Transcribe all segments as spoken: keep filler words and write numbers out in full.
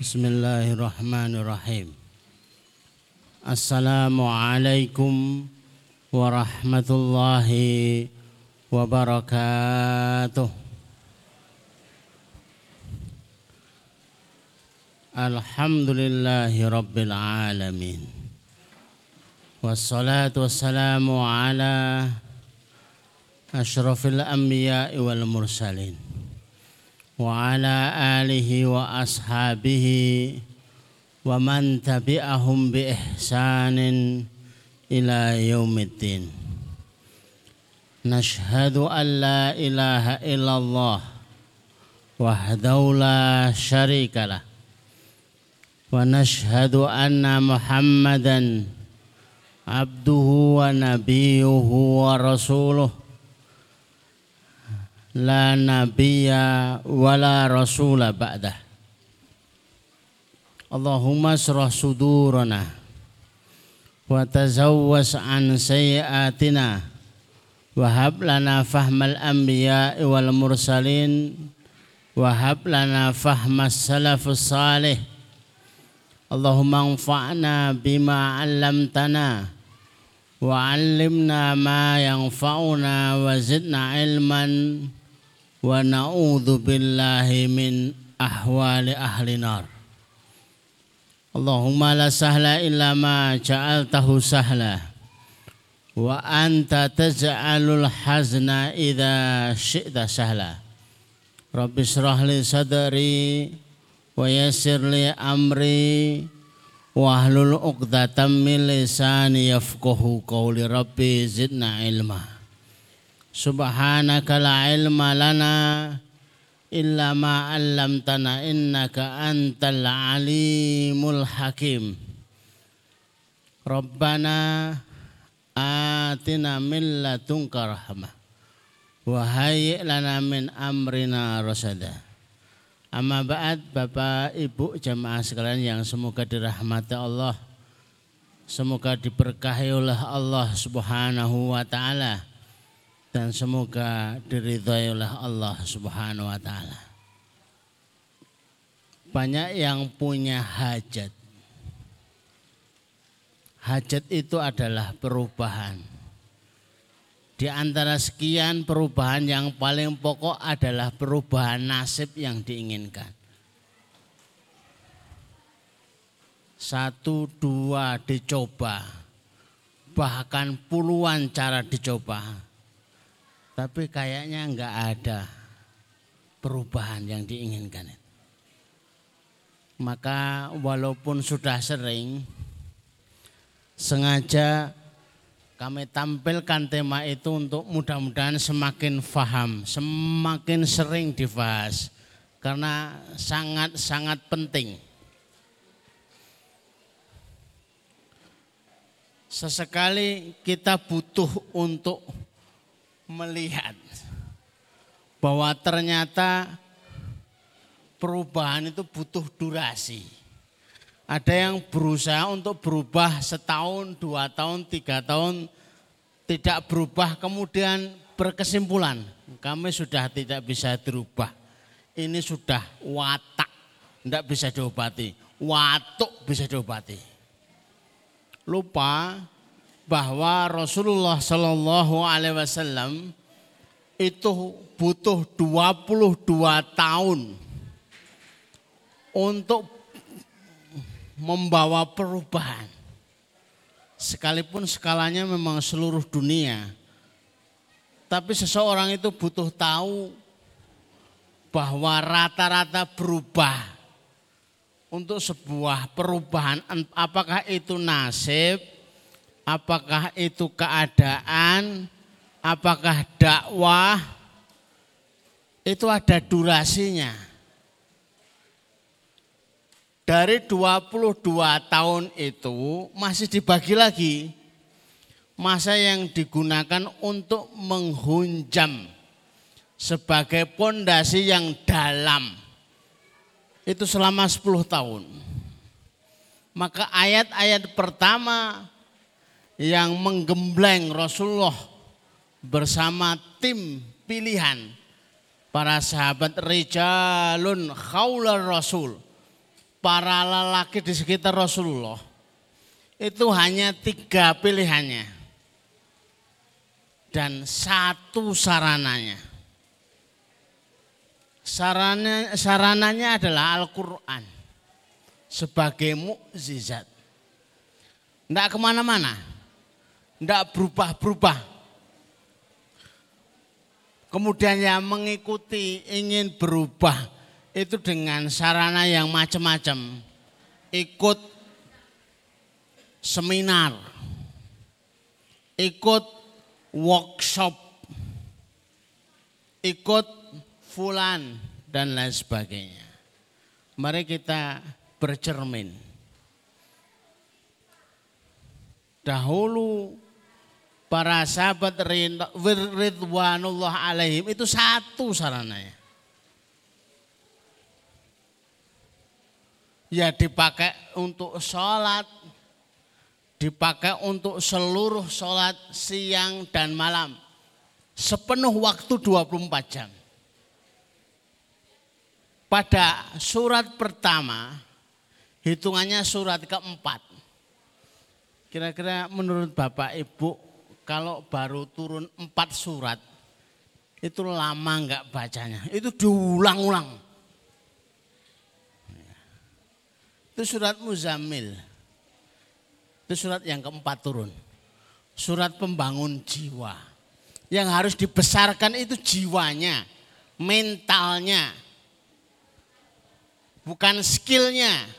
Bismillahirrahmanirrahim. Assalamualaikum warahmatullahi wabarakatuh. Alhamdulillahi rabbil alamin. Wassalatu wassalamu ala asyrafil anbiya'i wal mursalin wa ala alihi wa ashabihi wa man tabi'ahum bi ihsanin ila yaumiddin. Nashhadu an la ilaha illallah wahdahu la syarikalah wa nashhadu anna Muhammadan abduhu wa nabiyuhu wa rasuluh la nabiyya wa la rasula ba'dah. Allahumma shrah sudurana wa tazawwas an sayyiatina wa hab lana fahmal anbiya'i wal mursalin wa hab lana fahmas salafus salih. Allahumma anfa'na bima 'allamtana wa 'allimna ma yanfa'una wa zidna ilman wa na'udzu billahi min ahwali ahli nar. Allahumma la sahla illa ma ja'altahu sahla wa anta taj'alul hazna idza syi'ta sahla. Rabbi shrah li sadri wa yassir li amri wahlul 'uqdatam min lisani yafqahu qawli. Rabbi zidna ilma. Subhanaka la ilma lana illa ma 'allamtana innaka antal alimul hakim. Rabbana atina min ladunka rahmah wa hayyi' lana min amrina rasada. Amma ba'd, Bapak Ibu jamaah sekalian yang semoga dirahmati Allah, semoga diberkahi oleh Allah Subhanahu wa taala, dan semoga diridhai oleh Allah Subhanahu wa taala. Banyak yang punya hajat. Hajat itu adalah perubahan. Di antara sekian perubahan yang paling pokok adalah perubahan nasib yang diinginkan. Satu, dua dicoba, bahkan puluhan cara dicoba. Tapi kayaknya enggak ada perubahan yang diinginkan. Maka walaupun sudah sering, sengaja kami tampilkan tema itu untuk mudah-mudahan semakin faham, semakin sering dibahas. Karena sangat-sangat penting. Sesekali kita butuh untuk melihat bahwa ternyata perubahan itu butuh durasi. Ada yang berusaha untuk berubah setahun, dua tahun, tiga tahun, tidak berubah, kemudian berkesimpulan, kami sudah tidak bisa dirubah. Ini sudah watak, tidak bisa diobati, watuk bisa diobati. Lupa bahwa Rasulullah Shallallahu Alaihi Wasallam itu butuh dua puluh dua tahun untuk membawa perubahan. Sekalipun skalanya memang seluruh dunia. Tapi seseorang itu butuh tahu bahwa rata-rata berubah untuk sebuah perubahan. Apakah itu nasib, apakah itu keadaan, apakah dakwah, itu ada durasinya. Dari dua puluh dua tahun itu masih dibagi lagi masa yang digunakan untuk menghunjam sebagai pondasi yang dalam. Itu selama sepuluh tahun. Maka ayat-ayat pertama yang menggembleng Rasulullah bersama tim pilihan para sahabat rijalun khaular Rasul, para lelaki di sekitar Rasulullah itu hanya tiga pilihannya dan satu sarananya. Sarana, sarananya adalah Al-Quran sebagai mukjizat. Tidak kemana-mana, tidak berubah-berubah. Kemudian yang mengikuti ingin berubah itu dengan sarana yang macam-macam. Ikut seminar, ikut workshop, ikut fulan dan lain sebagainya. Mari kita bercermin. Dahulu para sahabat ridwanullah alaihim itu satu sarananya. Ya dipakai untuk sholat, dipakai untuk seluruh sholat siang dan malam. Sepenuh waktu dua puluh empat jam. Pada surat pertama, hitungannya surat keempat. Kira-kira menurut Bapak Ibu, kalau baru turun empat surat, itu lama enggak bacanya. Itu diulang-ulang. Itu surat Muzammil. Itu surat yang keempat turun. Surat pembangun jiwa. Yang harus dibesarkan itu jiwanya, mentalnya. Bukan skillnya.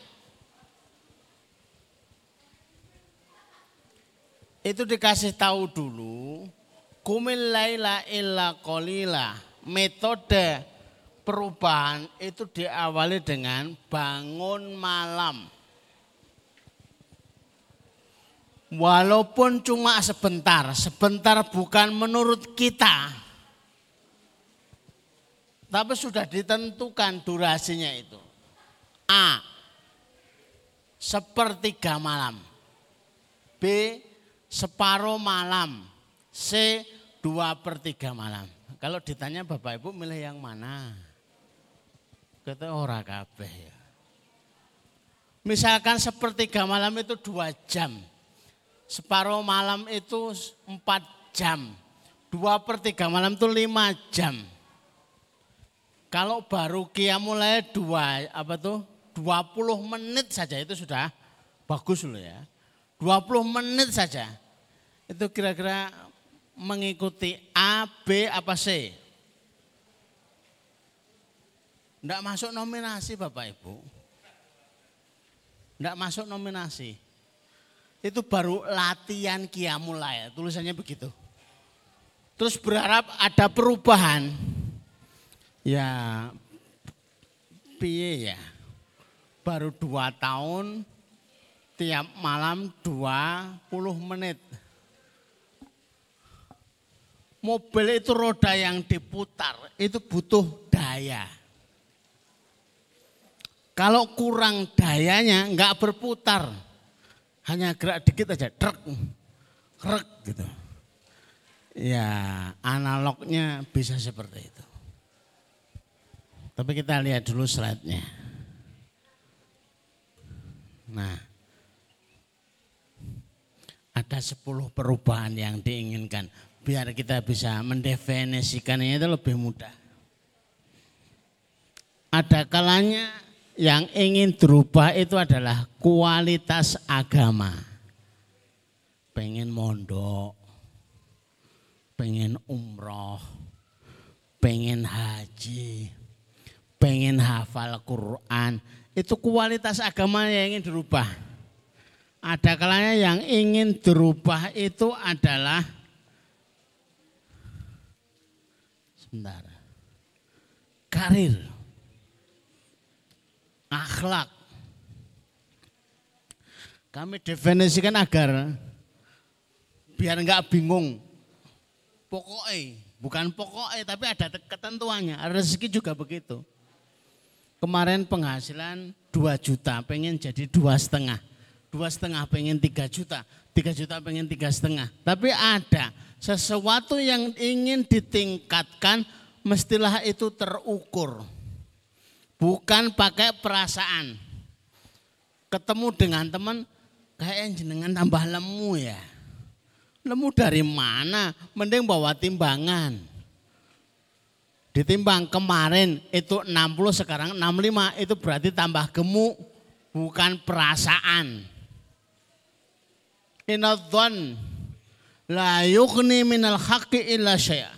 Itu dikasih tahu dulu, kumil laila illa qalila. Metode perubahan itu diawali dengan bangun malam. Walaupun cuma sebentar, sebentar bukan menurut kita. Tapi sudah ditentukan durasinya itu. A, sepertiga malam. B, separuh malam. C, dua per tiga malam. Kalau ditanya Bapak Ibu milih yang mana? Kata ora kabeh ya. Misalkan sepertiga malam itu dua jam. Separuh malam itu empat jam. Dua per tiga malam itu lima jam. Kalau baru qiyamul dua apa tuh? dua puluh menit saja itu sudah bagus loh ya. dua puluh menit saja. Itu kira-kira mengikuti A, B, apa C? Enggak masuk nominasi Bapak Ibu. Enggak masuk nominasi. Itu baru latihan qiyamul lail, tulisannya begitu. Terus berharap ada perubahan. Ya, piye ya? Baru dua tahun, tiap malam dua puluh menit. Mobil itu roda yang diputar, itu butuh daya. Kalau kurang dayanya enggak berputar. Hanya gerak dikit aja, truk, krek gitu. Ya analognya bisa seperti itu. Tapi kita lihat dulu slide-nya. Nah, ada sepuluh perubahan yang diinginkan. Biar kita bisa mendefinisikannya itu lebih mudah. Ada kalanya yang ingin berubah itu adalah kualitas agama. Pengen mondok, pengen umroh, pengen haji, pengen hafal Quran. Itu kualitas agama yang ingin dirubah. Ada kalanya yang ingin dirubah itu adalah sebentar, karir, akhlak. Kami definisikan agar biar enggak bingung. Pokoknya, bukan pokoknya tapi ada ketentuannya. Rezeki juga begitu. Kemarin penghasilan dua juta, pengen jadi dua setengah. Dua setengah pengen tiga juta, tiga juta pengen tiga setengah. Tapi ada sesuatu yang ingin ditingkatkan, mestilah itu terukur. Bukan pakai perasaan. ketemu dengan teman kayak jenengan tambah lemu ya. Lemu dari mana? Mending bawa timbangan. Ditimbang kemarin itu enam puluh, sekarang enam puluh lima, itu berarti tambah gemuk, bukan perasaan. Inadhan la yughni minal haqqi illa syai'a.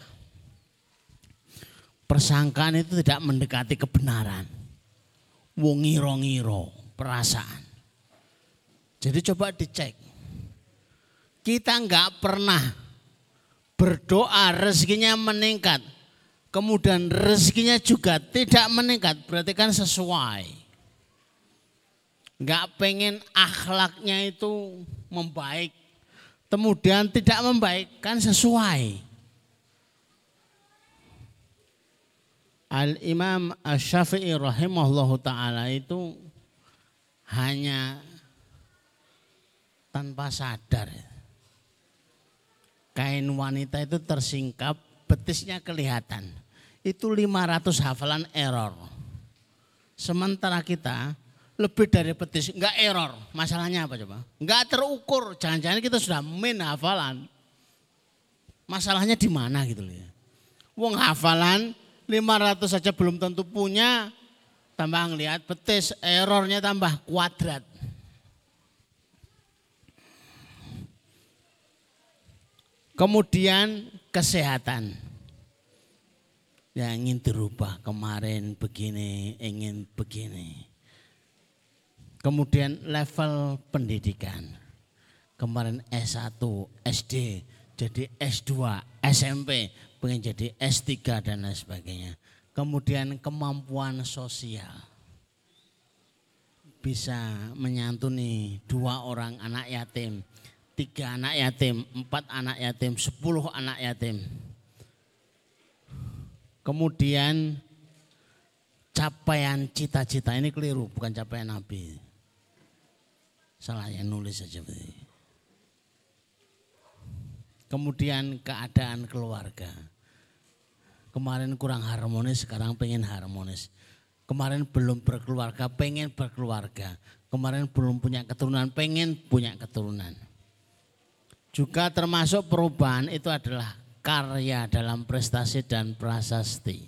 Persangkaan itu tidak mendekati kebenaran. Wong ngiro-ngiro, perasaan. Jadi coba dicek. Kita enggak pernah berdoa rezekinya meningkat. Kemudian rezekinya juga tidak meningkat, berarti kan sesuai. Enggak pengen akhlaknya itu membaik, kemudian tidak membaik, kan sesuai. Al-Imam Asy-Syafi'i rahimahullahu ta'ala itu hanya tanpa sadar. Kain wanita itu tersingkap, betisnya kelihatan. Itu lima ratus hafalan error. Sementara kita lebih dari betis, enggak error. Masalahnya apa coba? Enggak terukur, jangan-jangan kita sudah min hafalan. Masalahnya di mana gitu loh ya. Wong hafalan lima ratus saja belum tentu punya, tambah ngelihat betis, errornya tambah kuadrat. Kemudian kesehatan. Ya ingin dirubah, kemarin begini, ingin begini. Kemudian level pendidikan. Kemarin S satu, S D, jadi S dua, S M P, pengen jadi S tiga dan lain sebagainya. Kemudian kemampuan sosial. Bisa menyantuni dua orang anak yatim, tiga anak yatim, empat anak yatim, sepuluh anak yatim. Kemudian capaian cita-cita, ini keliru, bukan capaian Nabi. Salah yang nulis saja. Kemudian keadaan keluarga. Kemarin kurang harmonis, sekarang pengen harmonis. Kemarin belum berkeluarga, pengen berkeluarga. Kemarin belum punya keturunan, pengen punya keturunan. Juga termasuk perubahan itu adalah karya dalam prestasi dan prasasti.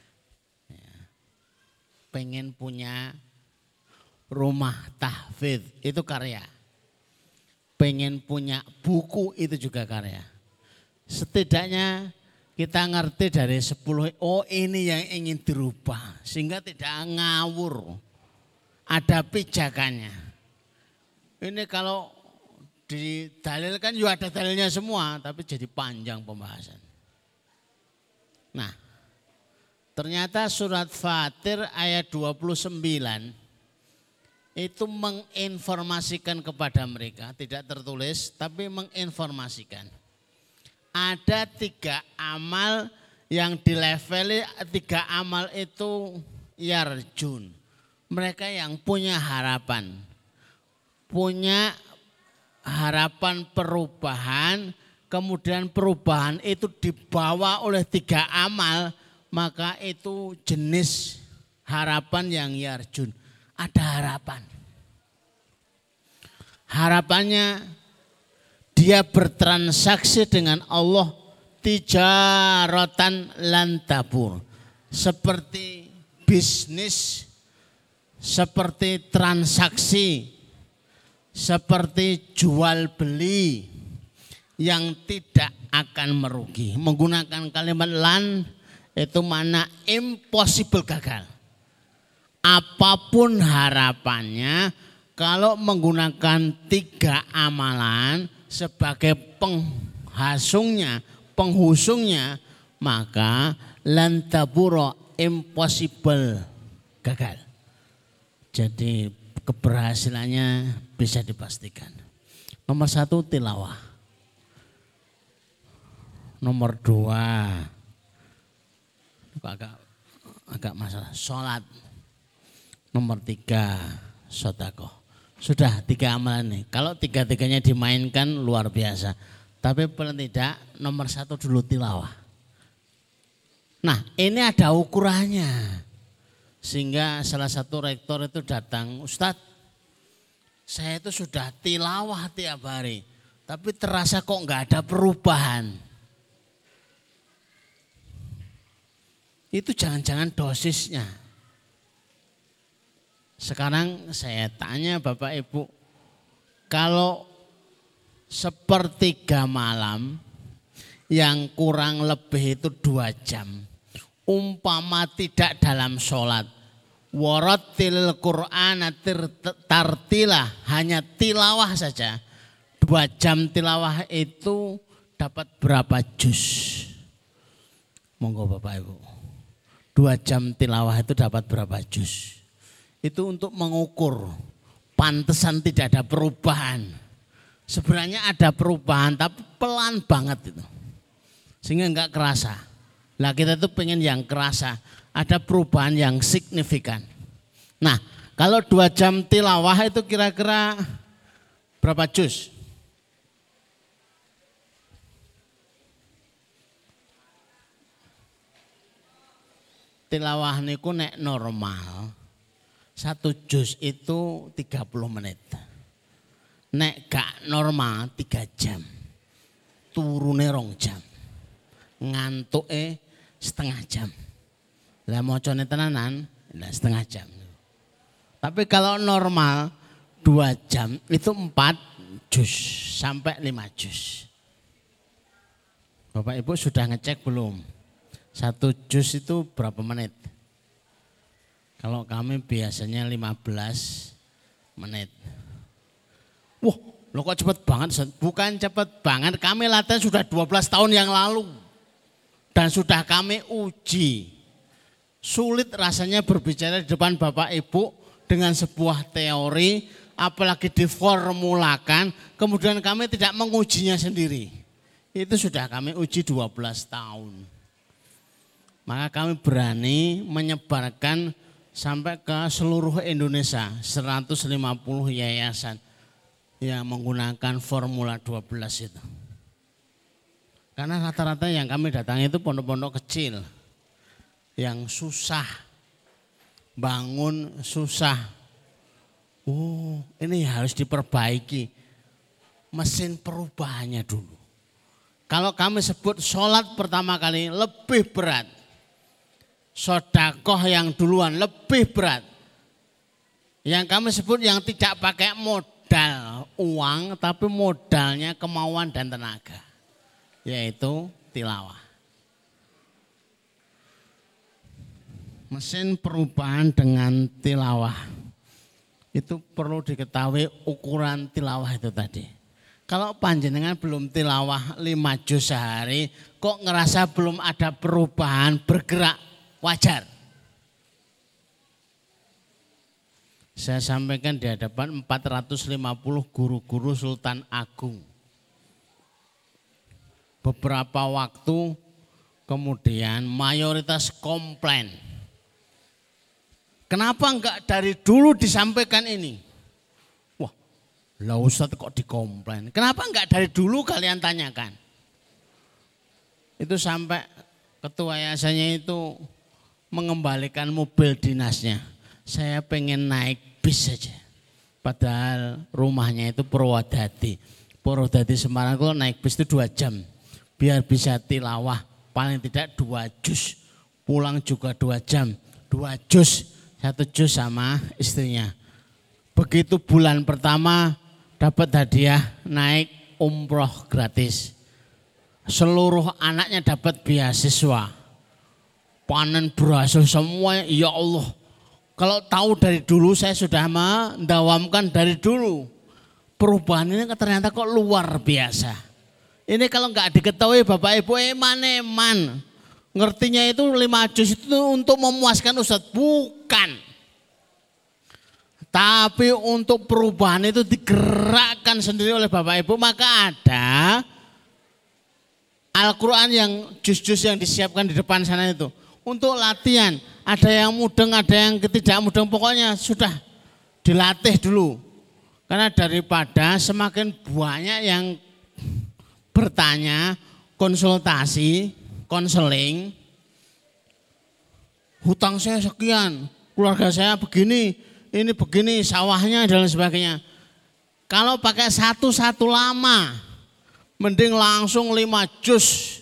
Pengen punya rumah tahfidz, itu karya. Pengen punya buku, itu juga karya. Setidaknya kita ngerti dari sepuluh, oh ini yang ingin dirubah. Sehingga tidak ngawur, ada pijakannya. Ini kalau didalilkan juga ada dalilnya semua, tapi jadi panjang pembahasan. Nah, ternyata surat Fatir ayat dua puluh sembilan itu menginformasikan kepada mereka, tidak tertulis tapi menginformasikan. Ada tiga amal yang dileveli, tiga amal itu yarjun. Mereka yang punya harapan, punya harapan perubahan, kemudian perubahan itu dibawa oleh tiga amal, maka itu jenis harapan yang yarjun. Ada harapan. Harapannya dia bertransaksi dengan Allah tijaratan lan tabur. Seperti bisnis, seperti transaksi, seperti jual beli yang tidak akan merugi. Menggunakan kalimat lan itu mana impossible gagal. Apapun harapannya, kalau menggunakan tiga amalan sebagai penghasungnya, penghusungnya, maka lan taburo impossible gagal. Jadi keberhasilannya bisa dipastikan. Nomor satu tilawah. Nomor dua agak agak masalah sholat. Nomor tiga sedekah. Sudah tiga amalan nih. Kalau tiga-tiganya dimainkan luar biasa. Tapi paling tidak nomor satu dulu tilawah. Nah ini ada ukurannya. Sehingga salah satu rektor itu datang, Ustadz saya itu sudah tilawah tiap hari, tapi terasa kok nggak ada perubahan. Itu jangan-jangan dosisnya. Sekarang saya tanya Bapak Ibu, kalau sepertiga malam yang kurang lebih itu dua jam, umpama tidak dalam sholat, warattil Qur'ana tartilah, hanya tilawah saja, dua jam tilawah itu dapat berapa juz? Monggo Bapak Ibu, dua jam tilawah itu dapat berapa juz? Itu untuk mengukur pantesan tidak ada perubahan. Sebenarnya ada perubahan tapi pelan banget itu, sehingga enggak kerasa. Lah kita tuh pengen yang kerasa, ada perubahan yang signifikan. Nah, kalau dua jam tilawah itu kira-kira berapa juz? Tilawah niku nek normal satu juz itu tiga puluh menit. Nek gak normal tiga jam. Turune rong jam. Ngantuke setengah jam. Lah mocone tenanan, lah setengah jam. Tapi kalau normal dua jam itu empat juz sampai lima juz. Bapak Ibu sudah ngecek belum? Satu juz itu berapa menit? Kalau kami biasanya lima belas menit. Wah, lo kok cepet banget? Bukan cepet banget, kami latihan sudah dua belas tahun yang lalu. Dan sudah kami uji. Sulit rasanya berbicara di depan Bapak Ibu dengan sebuah teori, apalagi diformulakan, kemudian kami tidak mengujinya sendiri. Itu sudah kami uji dua belas tahun. Maka kami berani menyebarkan sampai ke seluruh Indonesia, seratus lima puluh yayasan yang menggunakan formula dua belas itu. Karena rata-rata yang kami datangi itu pondok-pondok kecil yang susah, bangun susah. Oh, ini harus diperbaiki mesin perubahannya dulu. Kalau kami sebut sholat pertama kali lebih berat, sodakoh yang duluan lebih berat. Yang kami sebut yang tidak pakai modal uang, tapi modalnya kemauan dan tenaga, yaitu tilawah. Mesin perubahan dengan tilawah itu perlu diketahui ukuran tilawah itu tadi. Kalau panjenengan belum tilawah lima juz sehari, kok ngerasa belum ada perubahan bergerak, wajar. Saya sampaikan di hadapan empat ratus lima puluh guru-guru Sultan Agung. Beberapa waktu kemudian mayoritas komplain. Kenapa enggak dari dulu disampaikan ini? Wah, lah Ustadz kok dikomplain. Kenapa enggak dari dulu kalian tanyakan? Itu sampai ketua yayasannya itu mengembalikan mobil dinasnya. Saya pengen naik bis saja. Padahal rumahnya itu Purwodadi. Purwodadi Semarang kalau naik bis itu dua jam. Biar bisa tilawah paling tidak dua juz. Pulang juga dua jam. Dua juz. Satu juz sama istrinya. Begitu bulan pertama dapat hadiah naik umroh gratis. Seluruh anaknya dapat beasiswa. Panen berhasil semua, ya Allah. Kalau tahu dari dulu saya sudah mendawamkan dari dulu. Perubahan ini ternyata kok luar biasa. Ini kalau nggak diketahui Bapak Ibu eman-eman. Ngertinya itu lima juz itu untuk memuaskan Ustadz, bukan. Tapi untuk perubahan itu digerakkan sendiri oleh Bapak Ibu, maka ada Al-Quran yang juz-juz yang disiapkan di depan sana itu. Untuk latihan, ada yang mudeng, ada yang tidak mudeng, pokoknya sudah dilatih dulu. Karena daripada semakin banyak yang bertanya, konsultasi, konseling, hutang saya sekian, keluarga saya begini, ini begini, sawahnya dan sebagainya. Kalau pakai satu-satu lama, mending langsung lima juz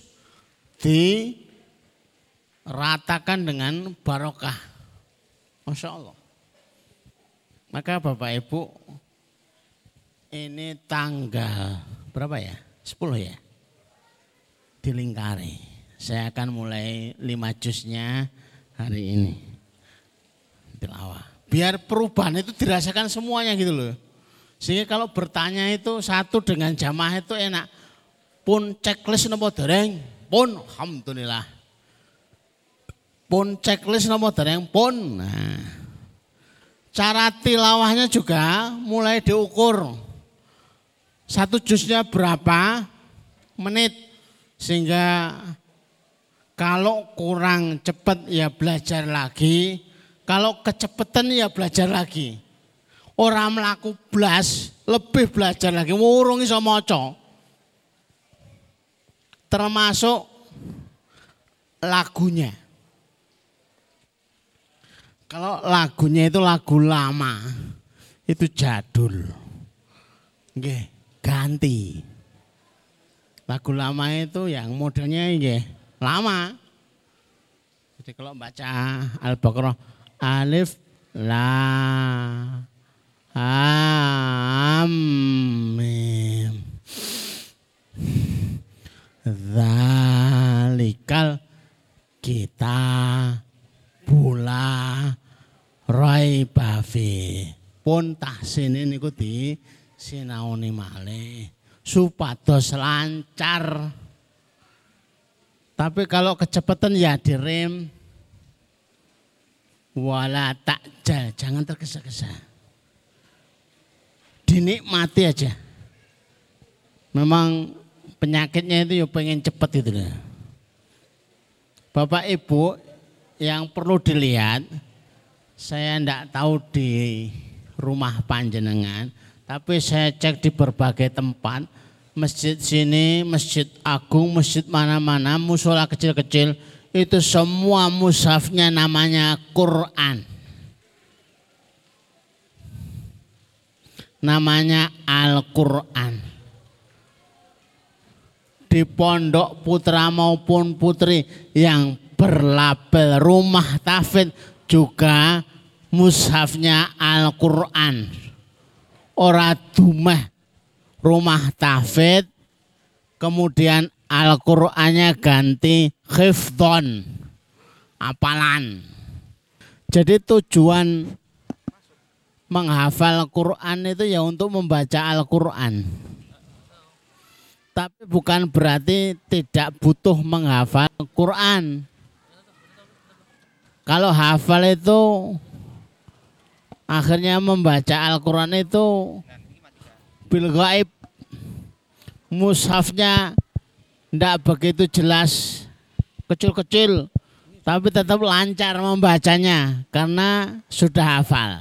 diratakan dengan barokah. Masya Allah. Maka Bapak Ibu, ini tanggal berapa ya? sepuluh ya? Dilingkari. Saya akan mulai lima juznya hari ini. Tilawah. Biar perubahan itu dirasakan semuanya gitu loh. Sehingga kalau bertanya itu satu dengan jamaah itu enak. Pun checklist napa dereng? Pun alhamdulillah. Pun checklist napa dereng? Pun. Nah. Cara tilawahnya juga mulai diukur. Satu juznya berapa menit. Sehingga kalau kurang cepat ya belajar lagi. Kalau kecepatan ya belajar lagi. Orang melaku blas lebih belajar lagi. Wurung iso maca. Termasuk lagunya. Kalau lagunya itu lagu lama. Itu jadul. Nggih, ganti. Lagu lama itu yang modelnya nggih lama. Jadi kalau baca Al-Baqarah alif lam mim zalikal kita bula raiba fi pun tahsin niku di sinaoni malih supados lancar. Tapi kalau kecepatan ya direm. Wala takjal, jangan tergesa-gesa. Dinikmati aja. Memang penyakitnya itu ya pengen cepat itu lah. Bapak Ibu yang perlu dilihat, saya enggak tahu di rumah panjenengan, tapi saya cek di berbagai tempat, masjid sini, masjid agung, masjid mana-mana, musola kecil-kecil, itu semua mushafnya namanya Quran. Namanya Al-Quran. Di pondok putra maupun putri yang berlabel rumah tahfidz juga mushafnya Al-Quran. Ora dumeh rumah tahfidz kemudian Al-Qur'annya ganti hifdzon, hafalan. Jadi tujuan menghafal Quran itu ya untuk membaca Al-Quran. Tapi bukan berarti tidak butuh menghafal Quran. Kalau hafal itu akhirnya membaca Al-Quran itu bil ghaib. Mushafnya tidak begitu jelas, kecil-kecil, tapi tetap lancar membacanya karena sudah hafal.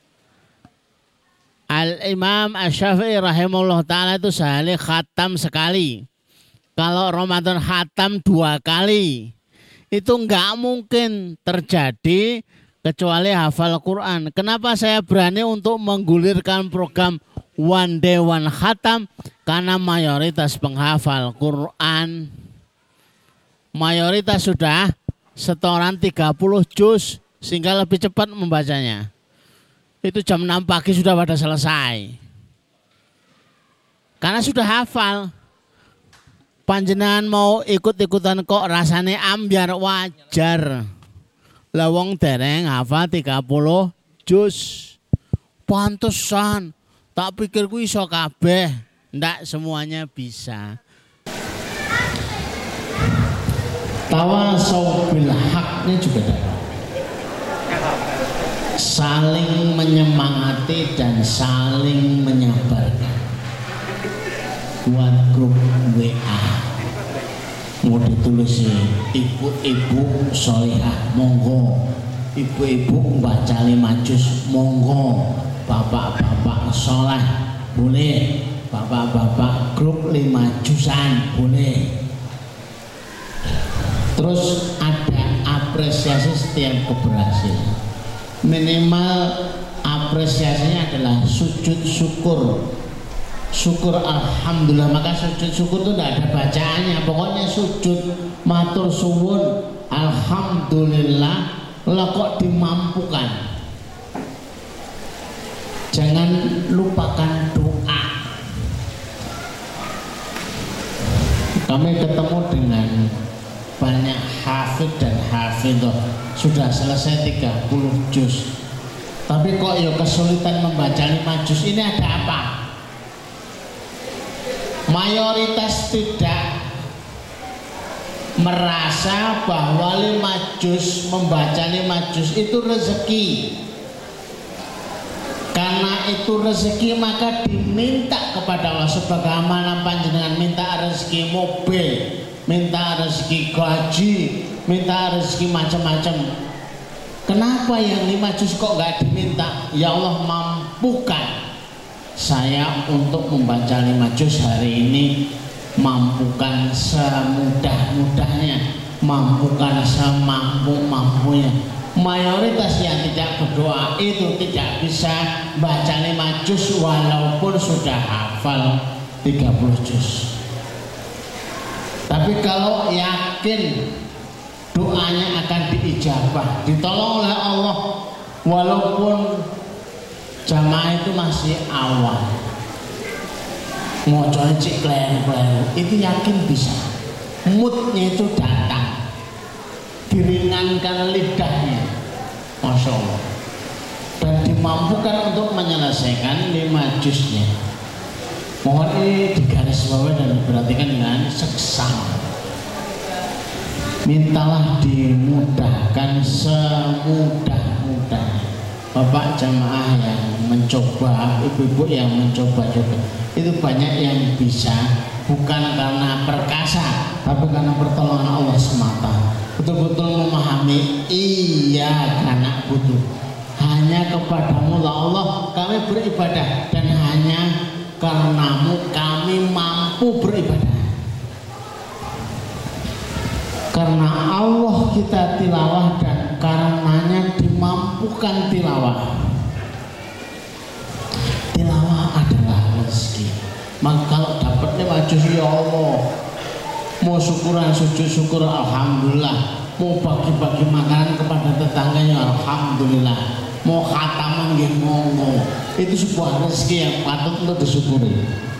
Al-Imam Asy-Syafi'i rahimahullah ta'ala itu sehari khatam sekali. Kalau Ramadan khatam dua kali. Itu enggak mungkin terjadi kecuali hafal Quran. Kenapa saya berani untuk menggulirkan program One Day One Khatam? Karena mayoritas penghafal Quran mayoritas sudah setoran tiga puluh juz sehingga lebih cepat membacanya. Itu jam enam pagi sudah pada selesai. Karena sudah hafal. Panjenengan mau ikut-ikutan kok rasane ambyar wajar. Lawang dereng hafal tiga puluh juz. Pantesan tak pikir ku iso kabeh. Ndak semuanya bisa. Tawasau bil haknya juga ada. Saling menyemangati dan saling menyabarkan. Buat grup W A mau ditulis ibu-ibu sholihah monggo, ibu-ibu baca lima juz monggo, bapak-bapak sholeh boleh, bapak-bapak grup lima juzan boleh. Terus ada apresiasi setiap keberhasilan. Minimal apresiasinya adalah sujud syukur syukur alhamdulillah. Maka sujud syukur itu tidak ada bacaannya, pokoknya sujud matur suwun alhamdulillah. Lah kok dimampukan. Jangan lupakan doa. Kami ketemu dengan banyak hafid dan hafidhah, sudah selesai tiga puluh juz, tapi kok ya kesulitan membaca lima juz. Ini ada apa? Mayoritas tidak merasa bahwa lima juz, membaca lima juz itu rezeki. Karena itu rezeki maka diminta kepada Allah, sebagaimana panjenengan minta rezeki mobil, minta rezeki gaji, minta rezeki macam-macam. Kenapa yang lima juz kok nggak diminta? Ya Allah, mampukan saya untuk membaca lima juz hari ini, mampukan semudah-mudahnya, mampukan semampu-mampunya. Mayoritas yang tidak berdoa itu tidak bisa baca lima juz walaupun sudah hafal tiga puluh juz. Tapi kalau yakin doanya akan diijabah, ditolong oleh Allah, walaupun jamaah itu masih awal, mau coba cik kleru-kleru, itu yakin bisa. Moodnya itu datang, diringankan lidahnya, masya Allah, dan dimampukan untuk menyelesaikan lima juznya. Mohon ini digaris bawah dan diperhatikan dengan seksama. Mintalah dimudahkan semudah-mudahnya. Bapak jamaah yang mencoba, ibu-ibu yang mencoba juga, itu banyak yang bisa, bukan karena perkasa, tapi karena pertolongan Allah semata. Betul-betul memahami, iya karena butuh, hanya kepadamu Allah kami beribadah, dan hanya karenamu kami mampu beribadah. Karena Allah kita tilawah, dan karenanya dimampukan tilawah. Tilawah adalah rezeki. Maka kalau dapat lima juz, ya Allah, mau syukuran sujud syukur alhamdulillah, mau bagi-bagi makanan kepada tetangganya alhamdulillah, mau khataman nggih monggo. Itu sebuah rezeki yang patut untuk disyukuri.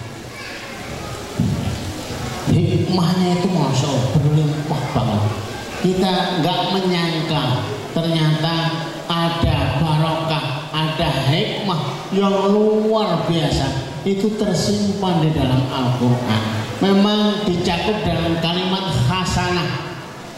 Hikmahnya itu masya Allah berlimpah banget. Kita nggak menyangka ternyata ada barokah, ada hikmah yang luar biasa itu tersimpan di dalam Al-Quran. Memang dicakup dalam kalimat hasanah.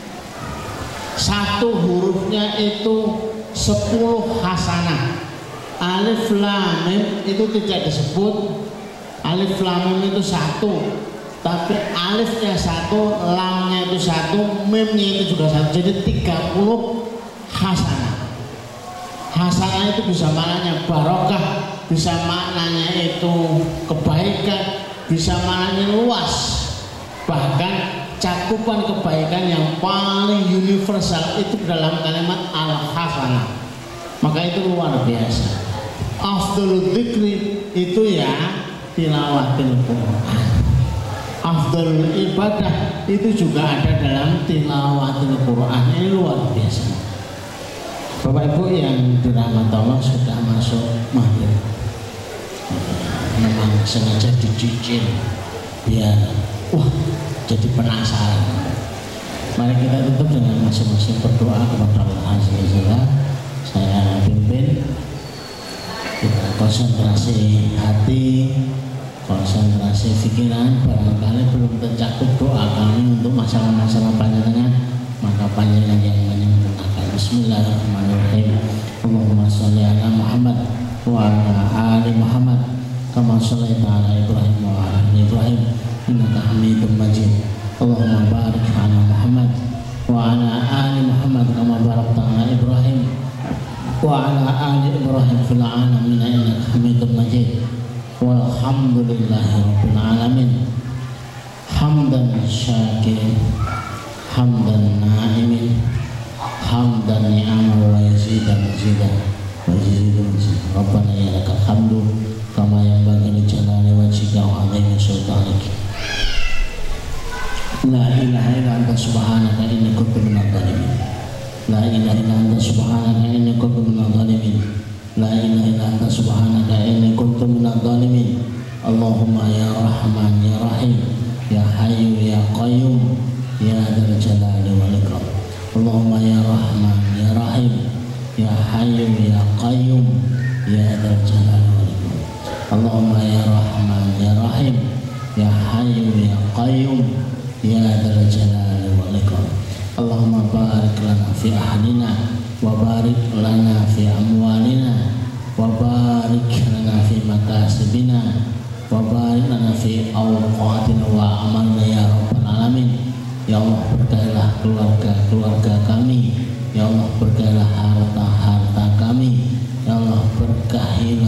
Satu hurufnya itu sepuluh hasanah. Alif lam mim itu tidak disebut alif lam mim itu satu, tapi alifnya satu, lamnya itu satu, mimnya itu juga satu. Jadi tiga puluh hasanah. Hasanah itu bisa maknanya barokah, bisa maknanya itu kebaikan, bisa maknanya luas. Bahkan cakupan kebaikan yang paling universal itu dalam kalimat al-hasanah. Maka itu luar biasa. Afdhalul dzikri itu ya tilawatil Quran. Afdhalul ibadah itu juga ada dalam tilawatil Quran. Ini luar biasa. Bapak Ibu yang dirahmati Allah, sudah masuk maghrib. Memang sengaja dicicil biar wah jadi penasaran. Mari kita tutup dengan masing-masing berdoa kepada Allah Azza wa Jalla. Saya pimpin, kita konsentrasi hati, konsentrasi pikiran. Barangkali belum tercakup doa kami untuk masalah-masalah panjenengan, maka panjenengan yang menyempurnakan. Bismillahirrahmanirrahim. Allahumma sholli ala Muhammad wa ala ali Muhammad kama shallaita ala Ibrahim wa ala ali Ibrahim innaka Hamidum Majid. Allahumma barik ala Muhammad wa ala ali Muhammad kama barakta ala Ibrahim wa ala ali Ibrahim fil alamin innaka Hamidum Majid. Walhamdulillahi rabbil alamin. Hamdan syakirin, hamdan na'imin, hamdan ni'amal wa yazidan mazidan wa yazidan mazidan. Rabbana ya lakal hamdu kama yanbaghi li jalali wajhika wa La ilaha illa anta subhanaka inni kuntu minadh dhalimin. La ilaha illa anta subhanaka inni kuntu minadh dhalimin. La ilaha illa anta subhanaka inni kuntu minadh dhalimin. Allahumma ya Rahman ya Rahim ya Hayyu ya Qayyum ya Dzal Jalali wal Ikram. Allahumma ya Rahman ya Rahim ya Hayyu ya Qayyum ya Dzal Jalali wal Ikram. Allahumma ya Rahman ya Rahim ya Hayyu ya Qayyum ya Dzal Jalali wal Ikram. Allahumma barik lana fi ahlina wa barik lana fi amwalina wa barik lana fi makasibina wa barik lana fi awqatina wa amalna ya rabbal alamin. Ya Allah, berkahilah keluarga-keluarga kami. Ya Allah, berkahilah harta-harta kami. Ya Allah, berkahilah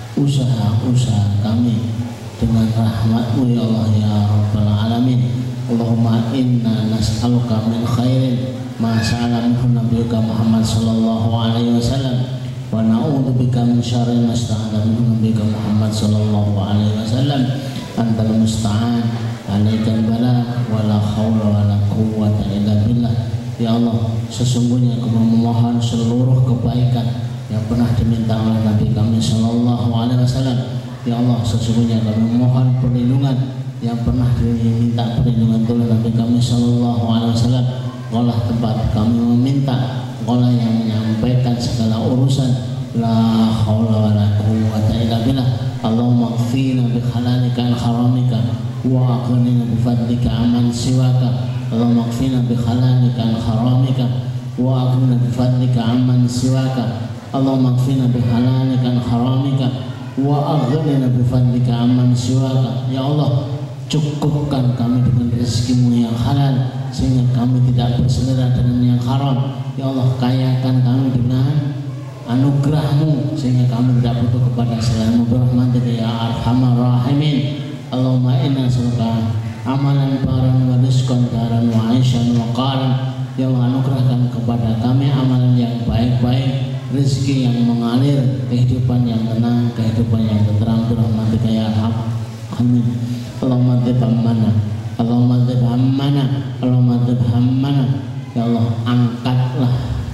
usaha-usaha kami dengan rahmat-Mu ya Allah ya rabbal alamin. Allahumma inna nas'aluka min khairin ma sa'ala minhu nabiyyuka Muhammad sallallahu alaihi wasallam wa na'udzubika min syarri ma sta'adha minhu nabiyyuka Muhammad sallallahu alaihi wasallam. Antal musta'an, alaikal bala, wala haula wala quwwata illa billah. Ya Allah, sesungguhnya kami memohon seluruh kebaikan yang pernah diminta oleh Nabi kami sallallahu alaihi wasallam. Ya Allah, sesungguhnya kami memohon perlindungan yang pernah diminta perlindungan oleh Nabi kami sallallahu alaihi wasallam. Kaulah tempat kami meminta, Kaulah yang menyampaikan segala urusan. La haula wala quwwata illa billah. Allahumma qfina bi halalika an haramika wa aghnina bi fadlika amman siwaka. Allahumma qfina bi halalika an haramika wa aghnina bi fadlika amman siwaka. Allahumma qfina bi halalika an haramika wa aghnina bi fadlika amman siwaka. Ya Allah, cukupkan kami dengan rezeki-Mu yang halal sehingga kami tidak berselera dengan yang haram. Ya Allah, kayakan kami dengan anugerah-Mu sehingga kami tidak butuh kepada selain-Mu birahmatika ya arhamar rahimin. Allahumma inna nas'aluka amalan baran wa rizqan daran wa aisyan wa qaran. Ya Allah, anugerahkan kepada kami amalan yang baik-baik, rezeki yang mengalir, kehidupan yang tenang, kehidupan yang tenteram birahmatika ya arhamar rahimin. Allahumma dzib hammana, Allahumma dzib hammana, Allahumma dzib hammana. Ya Allah, angkatlah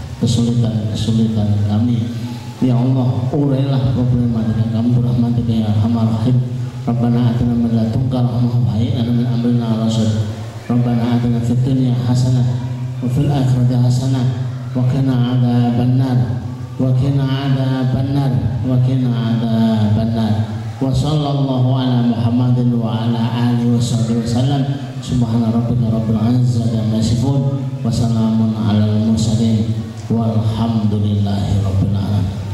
kesulitan-kesulitan kami. Ya Allah, urailah problematika kami birahmatika ya arhamar rahim. Rabbana atina min ladunka rahmah wa hayyi lana min amrina rashad. Rabbana atina fid dunya hasanah wa fil akhirati hasanah wa qina adzabannar wa qina adzabannar wa qina adzabannar. Wa sallallahu ala Muhammadin wa ala alihi wa sahbihi wasallam. Subhana rabbika rabbil izzati amma yasifun wa salamun alal mursalin walhamdulillahi rabbil alamin.